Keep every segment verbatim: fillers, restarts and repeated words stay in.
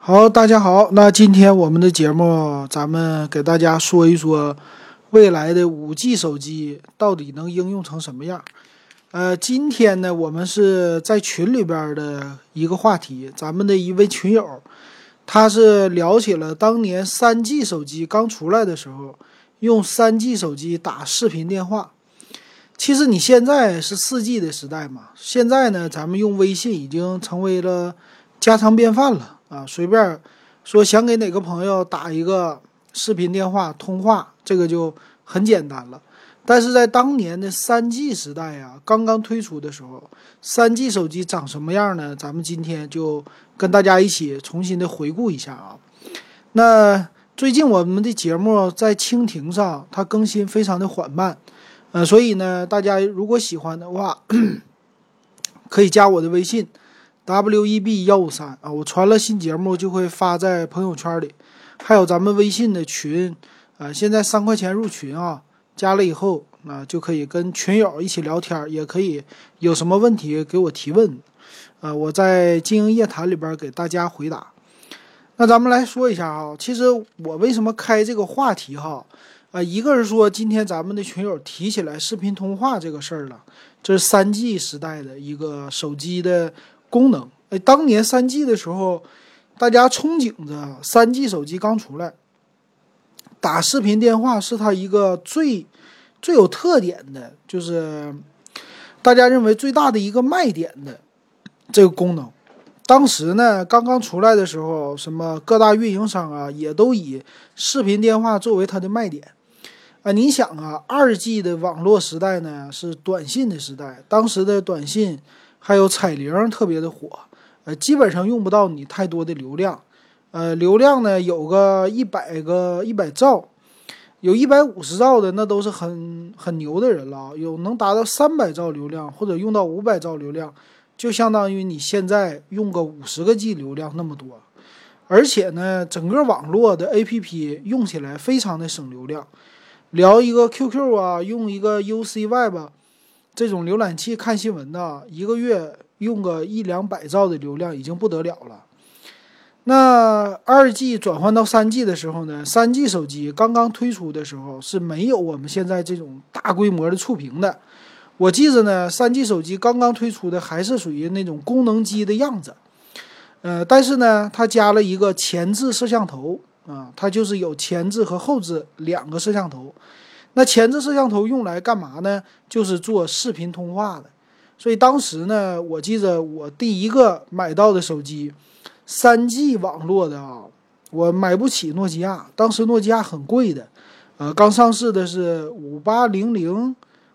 好，大家好，那今天我们的节目，咱们给大家说一说未来的 五 G 手机到底能应用成什么样。呃，今天呢，我们是在群里边的一个话题，咱们的一位群友，他是聊起了当年 三 G 手机刚出来的时候，用 三 G 手机打视频电话。其实你现在是 四 G 的时代嘛，现在呢，咱们用微信已经成为了家常便饭了。啊，随便说想给哪个朋友打一个视频电话通话，这个就很简单了。但是在当年的 三 G 时代啊，刚刚推出的时候 ，三 G 手机长什么样呢？咱们今天就跟大家一起重新的回顾一下啊。那最近我们的节目在蜻蜓上，它更新非常的缓慢，呃，所以呢，大家如果喜欢的话，可以加我的微信。W E B 一五三啊，我传了新节目就会发在朋友圈里，还有咱们微信的群啊，现在三块钱入群啊，加了以后啊就可以跟群友一起聊天，也可以有什么问题给我提问，啊，我在经营夜谈里边给大家回答。那咱们来说一下啊，其实我为什么开这个话题哈，啊，一个是说今天咱们的群友提起来视频通话这个事儿了，这是 三 G 时代的一个手机的功能。哎，当年 三 G 的时候，大家憧憬着 三 G 手机刚出来，打视频电话是它一个最最有特点的，就是大家认为最大的一个卖点的这个功能。当时呢，刚刚出来的时候，什么各大运营商啊，也都以视频电话作为它的卖点。啊，你想啊， 二 G 的网络时代呢，是短信的时代，当时的短信还有彩铃特别的火，呃，基本上用不到你太多的流量，呃，流量呢有个一百个一百兆，有一百五十兆的那都是很很牛的人了，有能达到三百兆流量或者用到五百兆流量，就相当于你现在用个五十个 G 流量那么多，而且呢，整个网络的 A P P 用起来非常的省流量，聊一个 Q Q 啊，用一个 U C Web 这种浏览器看新闻的，一个月用个一两百兆的流量已经不得了了。那 二 G 转换到 三 G 的时候呢， 三 G 手机刚刚推出的时候是没有我们现在这种大规模的触屏的。我记着呢， 三 G 手机刚刚推出的还是属于那种功能机的样子，呃，但是呢，它加了一个前置摄像头啊，它就是有前置和后置两个摄像头。那前置摄像头用来干嘛呢？就是做视频通话的。所以当时呢，我记着我第一个买到的手机 三 G 网络的啊，我买不起诺基亚，当时诺基亚很贵的，呃，刚上市的是五八零零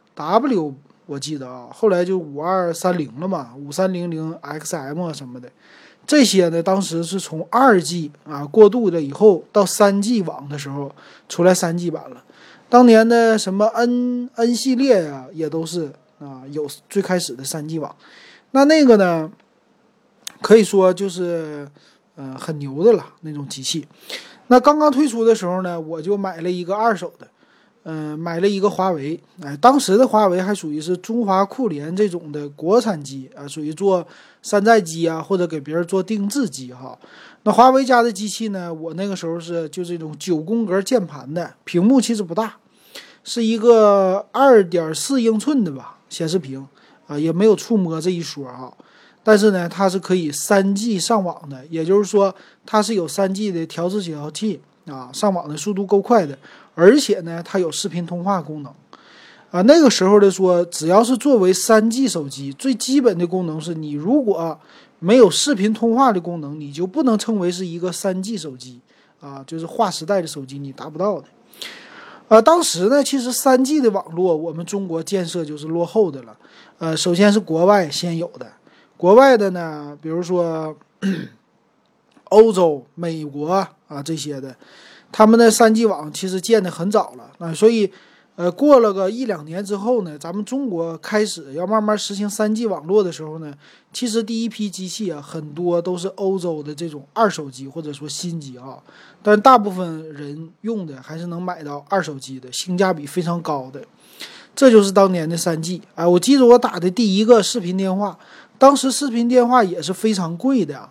W， 我记得啊，后来就五二三零了嘛，五三零零 X M 什么的。这些呢，当时是从 二 G 啊过渡了以后到 三 G 网的时候出来 三 G 版了。当年的什么 N N 系列呀、啊，也都是啊有最开始的 三 G 网。那那个呢，可以说就是呃很牛的了那种机器。那刚刚推出的时候呢，我就买了一个二手的，嗯、呃，买了一个华为。哎，当时的华为还属于是中华酷联这种的国产机啊，属于做山寨机啊，或者给别人做定制机哈。那华为家的机器呢，我那个时候是就这种九宫格键盘的，屏幕其实不大，是一个 二点四英寸的吧显示屏啊，也没有触摸这一说啊。但是呢，它是可以 三 G 上网的，也就是说它是有 三 G 的调制解调器啊，上网的速度够快的，而且呢，它有视频通话功能啊。那个时候的说，只要是作为 三 G 手机，最基本的功能是你如果没有视频通话的功能，你就不能称为是一个 三 G 手机啊，就是划时代的手机你达不到的。呃，当时呢，其实 三 G 的网络我们中国建设就是落后的了。呃，首先是国外先有的，国外的呢，比如说欧洲、美国啊这些的，他们的 三 G 网其实建得很早了啊，所以呃，过了个一两年之后呢，咱们中国开始要慢慢实行 三 G 网络的时候呢，其实第一批机器啊，很多都是欧洲的这种二手机或者说新机啊，但大部分人用的还是能买到二手机的，性价比非常高的。这就是当年的 三 G。 哎，我记得我打的第一个视频电话，当时视频电话也是非常贵的啊，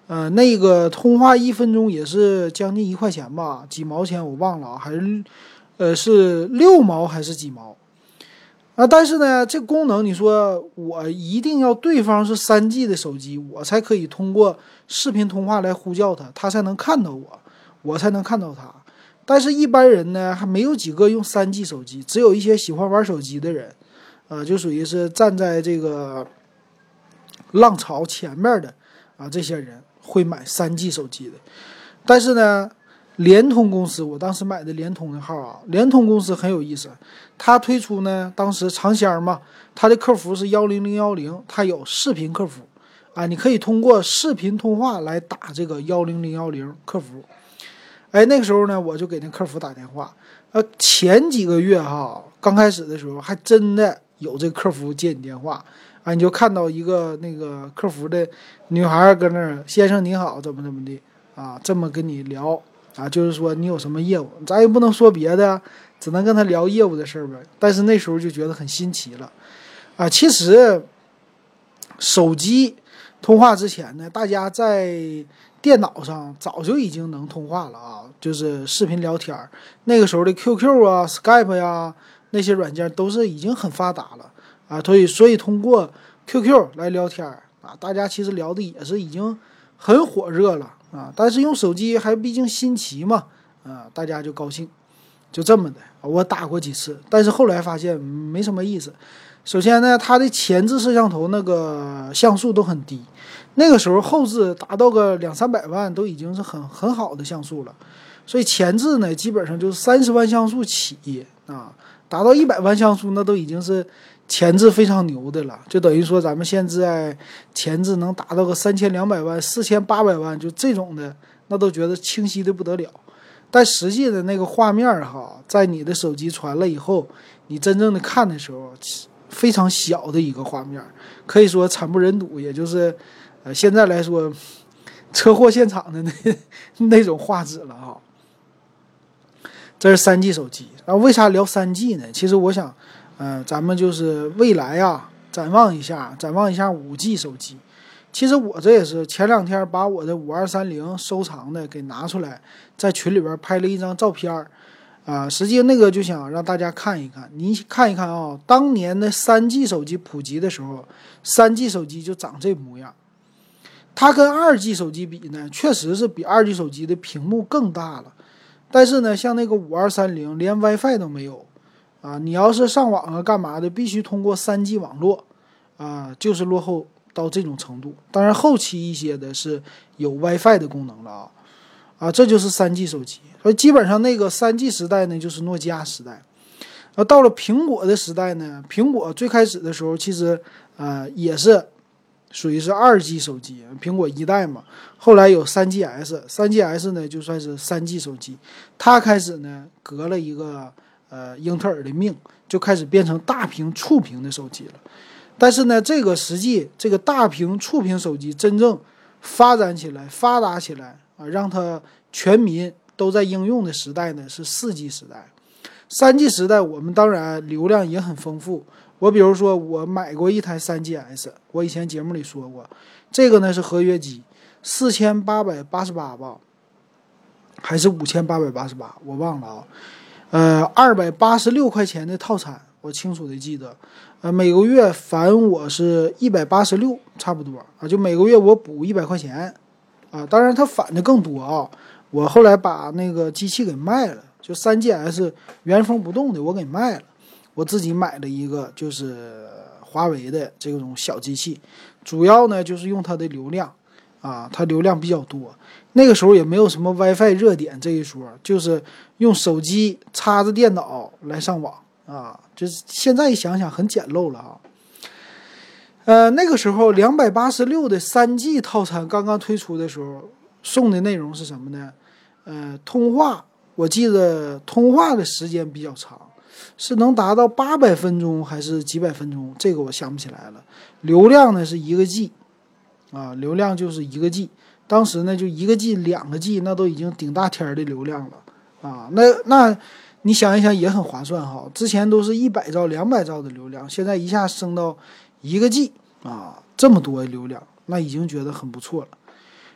呃，那个通话一分钟也是将近一块钱吧，几毛钱我忘了啊，还是呃是六毛还是几毛啊？但是呢，这功能你说我一定要对方是 三 G 的手机，我才可以通过视频通话来呼叫他，他才能看到我，我才能看到他。但是一般人呢，还没有几个用 三 G 手机，只有一些喜欢玩手机的人，呃，就属于是站在这个浪潮前面的啊，这些人会买 三 G 手机的。但是呢，联通公司，我当时买的联通的号啊，联通公司很有意思，它推出呢，当时尝鲜嘛，它的客服是一零零一零，它有视频客服啊，你可以通过视频通话来打这个一零零一零客服。哎，那个时候呢，我就给那客服打电话。呃，前几个月哈，刚开始的时候还真的有这个客服接你电话啊，你就看到一个那个客服的女孩搁那儿，先生你好，怎么怎么的啊，这么跟你聊啊，就是说你有什么业务，咱也不能说别的，只能跟他聊业务的事儿呗。但是那时候就觉得很新奇了啊。其实手机通话之前呢，大家在电脑上早就已经能通话了啊，就是视频聊天。那个时候的 Q Q 啊 Skype 呀，那些软件都是已经很发达了啊，所以所以通过 Q Q 来聊天啊，大家其实聊的也是已经很火热了啊。但是用手机还毕竟新奇嘛啊，大家就高兴，就这么的。我打过几次，但是后来发现没什么意思。首先呢，它的前置摄像头那个像素都很低，那个时候后置达到个两三百万都已经是很很好的像素了，所以前置呢基本上就是三十万像素起啊，达到一百万像素那都已经是前置非常牛的了，就等于说咱们现在前置能达到个三千两百万、四千八百万，就这种的那都觉得清晰的不得了。但实际的那个画面哈，在你的手机传了以后，你真正的看的时候，非常小的一个画面，可以说惨不忍睹，也就是呃现在来说车祸现场的那那种画质了啊。这是 三 G 手机，然后为啥聊 三 G 呢？其实我想呃咱们就是未来啊，展望一下展望一下 五 G 手机。其实我这也是前两天把我的五二三零收藏的给拿出来，在群里边拍了一张照片啊，实际那个就想让大家看一看，你看一看啊、哦，当年的 三 G 手机普及的时候 ，三 G 手机就长这模样。它跟二 G 手机比呢，确实是比二 G 手机的屏幕更大了。但是呢，像那个五二三零连 WiFi 都没有啊，你要是上网啊干嘛的，必须通过 三 G 网络啊，就是落后到这种程度。当然后期一些的是有 WiFi 的功能了啊。啊，这就是 三 G 手机，所以基本上那个 三 G 时代呢，就是诺基亚时代。而到了苹果的时代呢，苹果最开始的时候其实呃也是属于是二 G 手机，苹果一代嘛。后来有 三 G S， 三 G S 呢就算是 三 G 手机，它开始呢革了一个呃英特尔的命，就开始变成大屏触屏的手机了。但是呢，这个实际这个大屏触屏手机真正发展起来、发达起来。啊，让它全民都在应用的时代呢是 四 G 时代。三 G 时代我们当然流量也很丰富，我比如说我买过一台 三 G S， 我以前节目里说过，这个呢是合约机，四千八百八十八吧，还是五千八百八十八，我忘了啊。呃，二百八十六块钱的套餐，我清楚的记得。呃，每个月返我是一百八十六，差不多啊，就每个月我补一百块钱。啊，当然它返的更多啊！我后来把那个机器给卖了，就 三 G S 原封不动的我给卖了，我自己买了一个就是华为的这种小机器，主要呢就是用它的流量啊，它流量比较多。那个时候也没有什么 WiFi 热点这一说，就是用手机插着电脑来上网啊，就是现在一想想很简陋了啊。呃，那个时候两百八十六的 三 G 套餐刚刚推出的时候，送的内容是什么呢？呃，通话，我记得通话的时间比较长，是能达到八百分钟还是几百分钟？这个我想不起来了。流量呢是一个 G， 啊，流量就是一个 G。当时呢就一个 G、两个 G， 那都已经顶大天的流量了啊。那那你想一想也很划算哈。之前都是一百兆、两百兆的流量，现在一下升到一个 G 啊，这么多流量，那已经觉得很不错了。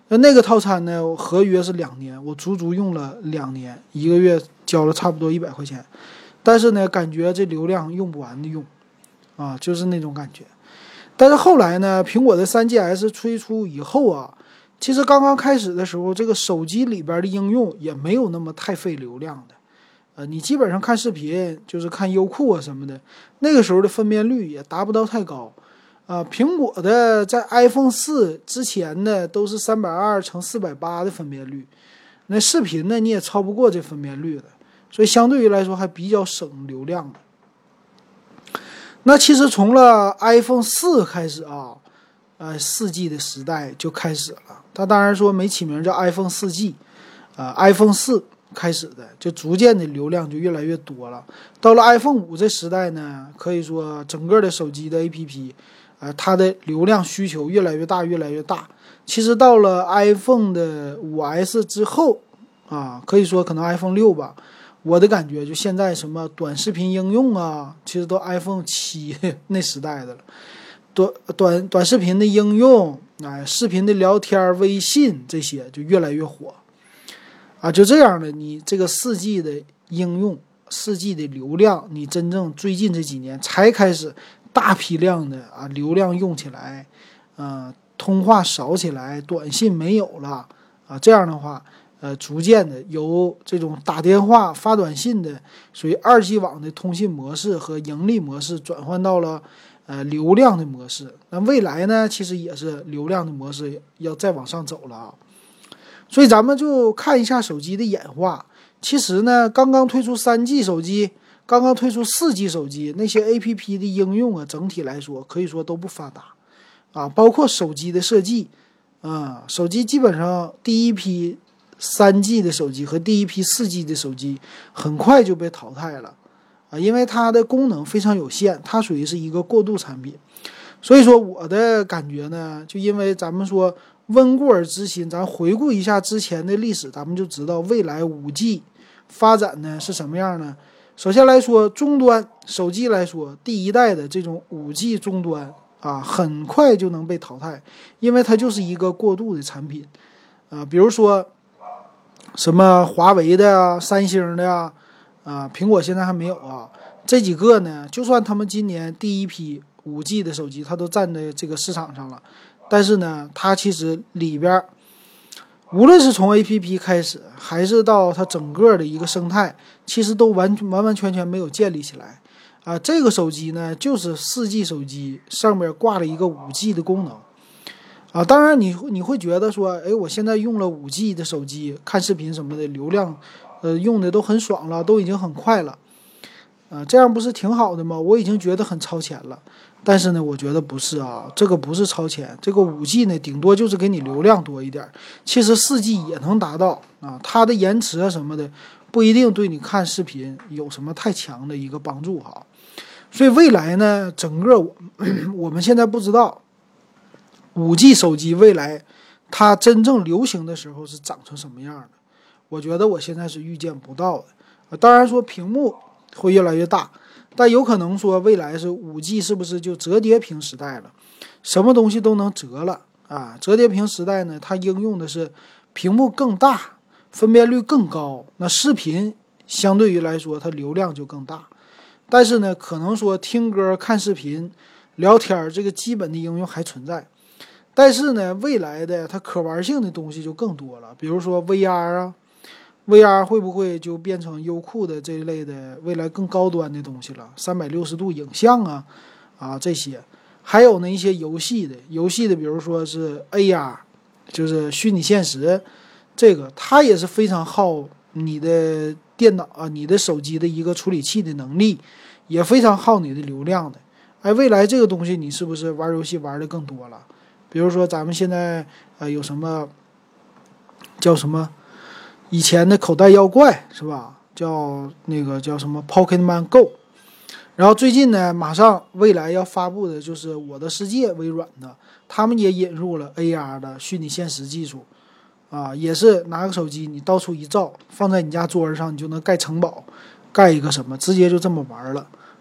那那个套餐呢，合约是两年，我足足用了两年，一个月交了差不多一百块钱，但是呢，感觉这流量用不完的用，啊，就是那种感觉。但是后来呢，苹果的 三 G S 推出以后啊，其实刚刚开始的时候，这个手机里边的应用也没有那么太费流量的。呃，你基本上看视频就是看优酷啊什么的，那个时候的分辨率也达不到太高。啊、呃，苹果的在 iPhone 四之前呢都是三百二乘四百八的分辨率，那视频呢你也超不过这分辨率的，所以相对于来说还比较省流量的。那其实从了 iPhone 四开始啊，呃 四 G 的时代就开始了。它当然说没起名叫 iPhone 四 G， 啊、呃、iPhone 四开始的，就逐渐的流量就越来越多了。到了 iPhone 五这时代呢，可以说整个的手机的 A P P， 呃，它的流量需求越来越大，越来越大。其实到了 iPhone 的 五 S 之后，啊，可以说可能 iPhone 六吧。我的感觉就现在什么短视频应用啊，其实都 iPhone 七那时代的了。短短短视频的应用，哎，视频的聊天、微信这些就越来越火。啊，就这样的，你这个 四 G 的应用 ，四 G 的流量，你真正最近这几年才开始大批量的啊流量用起来，呃，通话少起来，短信没有了啊，这样的话。呃，逐渐的由这种打电话、发短信的属于二 G 网的通信模式和盈利模式，转换到了呃流量的模式。那未来呢，其实也是流量的模式要再往上走了啊。所以咱们就看一下手机的演化。其实呢，刚刚推出 三 G 手机，刚刚推出 四 G 手机，那些 A P P 的应用啊，整体来说可以说都不发达啊，包括手机的设计啊，手机基本上第一批。三 G 的手机和第一批四 G 的手机很快就被淘汰了啊，因为它的功能非常有限，它属于是一个过渡产品。所以说我的感觉呢，就因为咱们说温故而知新，咱回顾一下之前的历史，咱们就知道未来 五 G 发展呢是什么样呢？首先来说，终端手机来说，第一代的这种 五 G 终端啊，很快就能被淘汰，因为它就是一个过渡的产品啊，比如说。什么华为的呀、三星的呀，啊，苹果现在还没有啊。这几个呢，就算他们今年第一批 五 G 的手机，它都站在这个市场上了，但是呢，它其实里边，无论是从 A P P 开始，还是到它整个的一个生态，其实都完完完全全没有建立起来。啊，这个手机呢，就是 四 G 手机上面挂了一个 五 G 的功能。啊，当然你你会觉得说，哎，我现在用了 五 G 的手机看视频什么的，流量，呃，用的都很爽了，都已经很快了，啊，这样不是挺好的吗？我已经觉得很超前了，但是呢，我觉得不是啊，这个不是超前，这个 五 G 呢，顶多就是给你流量多一点，其实 四 G 也能达到啊，它的延迟啊什么的，不一定对你看视频有什么太强的一个帮助哈。所以未来呢，整个我我们现在不知道。五 G 手机未来它真正流行的时候是长成什么样的？我觉得我现在是预见不到的。当然说屏幕会越来越大，但有可能说未来是 五 G 是不是就折叠屏时代了？什么东西都能折了啊！折叠屏时代呢，它应用的是屏幕更大，分辨率更高，那视频相对于来说它流量就更大。但是呢，可能说听歌、看视频、聊天这个基本的应用还存在。但是呢，未来的它可玩性的东西就更多了，比如说 V R 啊 ，V R 会不会就变成优酷的这一类的未来更高端的东西了？三百六十度影像啊，啊这些，还有呢一些游戏的游戏的，比如说是 A R， 就是虚拟现实，这个它也是非常耗你的电脑啊、你的手机的一个处理器的能力，也非常耗你的流量的。哎，未来这个东西你是不是玩游戏玩的更多了？比如说咱们现在呃有什么叫什么以前的口袋妖怪是吧，叫那个叫什么 Pokemon Go， 然后最近呢马上未来要发布的就是我的世界，微软的他们也引入了 A R 的虚拟现实技术啊，也是拿个手机你到处一照，放在你家桌上你就能盖城堡，盖一个什么直接就这么玩了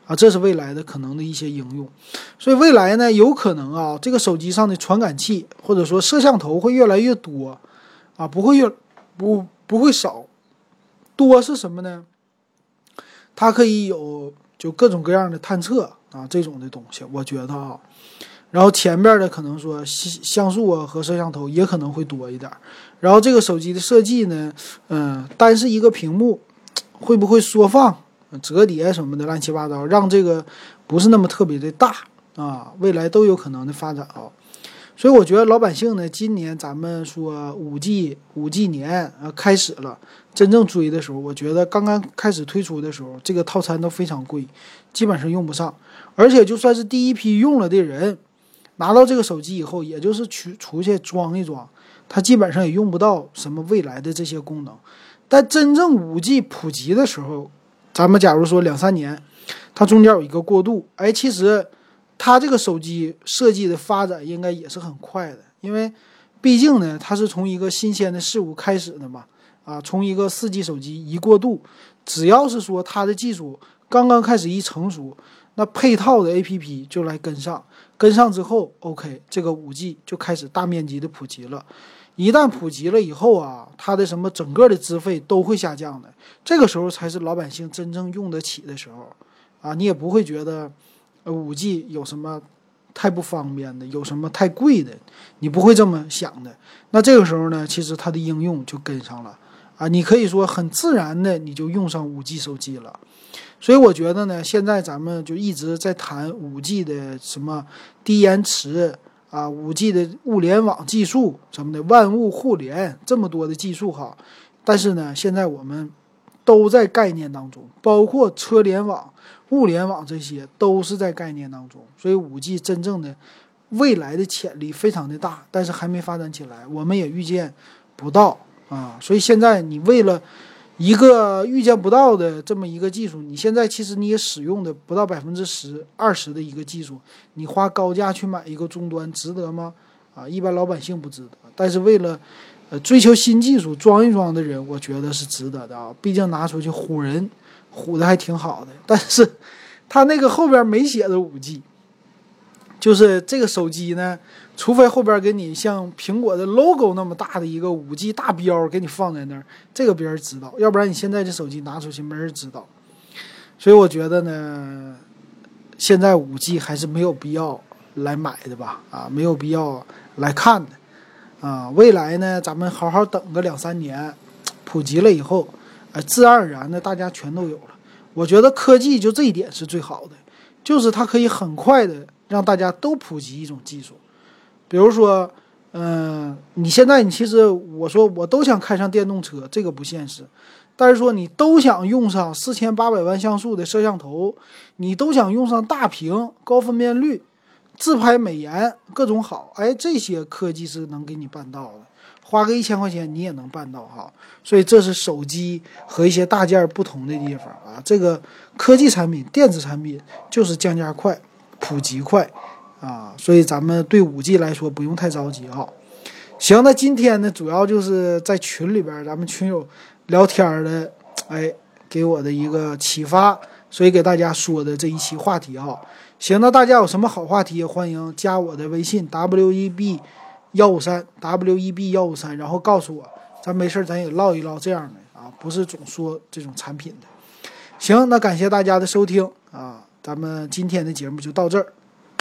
啊，这是未来的可能的一些应用。所以未来呢，有可能啊，这个手机上的传感器或者说摄像头会越来越多啊，不会越不不会少。多是什么呢？它可以有就各种各样的探测啊这种的东西，我觉得啊。然后前边的可能说像素啊和摄像头也可能会多一点。然后这个手机的设计呢，嗯，单是一个屏幕会不会缩放、折叠什么的乱七八糟，让这个不是那么特别的大啊，未来都有可能的发展啊。所以我觉得老百姓呢，今年咱们说五 G 五 G 年啊开始了，真正追的时候，我觉得刚刚开始推出的时候，这个套餐都非常贵，基本上用不上。而且就算是第一批用了的人，拿到这个手机以后，也就是取出去装一装，它基本上也用不到什么未来的这些功能。但真正五 G 普及的时候，咱们假如说两三年，它中间有一个过渡，哎，其实它这个手机设计的发展应该也是很快的，因为毕竟呢，它是从一个新鲜的事物开始的嘛，啊，从一个 四 G 手机一过渡，只要是说它的技术刚刚开始一成熟，那配套的 A P P 就来跟上，跟上之后 OK， 这个 五 G 就开始大面积的普及了。一旦普及了以后啊，它的什么整个的资费都会下降的，这个时候才是老百姓真正用得起的时候啊，你也不会觉得呃 五 G 有什么太不方便的，有什么太贵的，你不会这么想的。那这个时候呢，其实它的应用就跟上了啊，你可以说很自然的你就用上 五 G 手机了。所以我觉得呢，现在咱们就一直在谈 五 G 的什么低延迟啊 ，五 G 的物联网技术什么的，万物互联这么多的技术哈。但是呢，现在我们都在概念当中，包括车联网、物联网这些都是在概念当中。所以 五 G 真正的未来的潜力非常的大，但是还没发展起来，我们也预见不到啊。所以现在你为了一个预见不到的这么一个技术，你现在其实你也使用的不到百分之十、二十的一个技术，你花高价去买一个终端值得吗？啊，一般老百姓不值得，但是为了呃追求新技术装一装的人，我觉得是值得的啊。毕竟拿出去唬人，唬的还挺好的。但是他那个后边没写的 五 G， 就是这个手机呢，除非后边给你像苹果的 logo 那么大的一个 五 G 大标给你放在那儿，这个别人知道，要不然你现在这手机拿出去没人知道。所以我觉得呢，现在 五 G 还是没有必要来买的吧，啊，没有必要来看的，啊，未来呢，咱们好好等个两三年，普及了以后，呃，自然而然的大家全都有了。我觉得科技就这一点是最好的，就是它可以很快的让大家都普及一种技术。比如说，嗯、呃，你现在你其实我说我都想开上电动车，这个不现实。但是说你都想用上四千八百万像素的摄像头，你都想用上大屏、高分辨率、自拍美颜，各种好，哎，这些科技是能给你办到的，花个一千块钱你也能办到哈。所以这是手机和一些大件不同的地方啊。这个科技产品、电子产品就是降价快、普及快啊，所以咱们对 五 G 来说不用太着急啊。行，那今天呢，主要就是在群里边咱们群友聊天的，哎，给我的一个启发，所以给大家说的这一期话题啊。行，那大家有什么好话题，欢迎加我的微信 W E B 一五三 W E B 一五三，然后告诉我，咱没事咱也唠一唠这样的啊，不是总说这种产品的。行，那感谢大家的收听啊，咱们今天的节目就到这儿。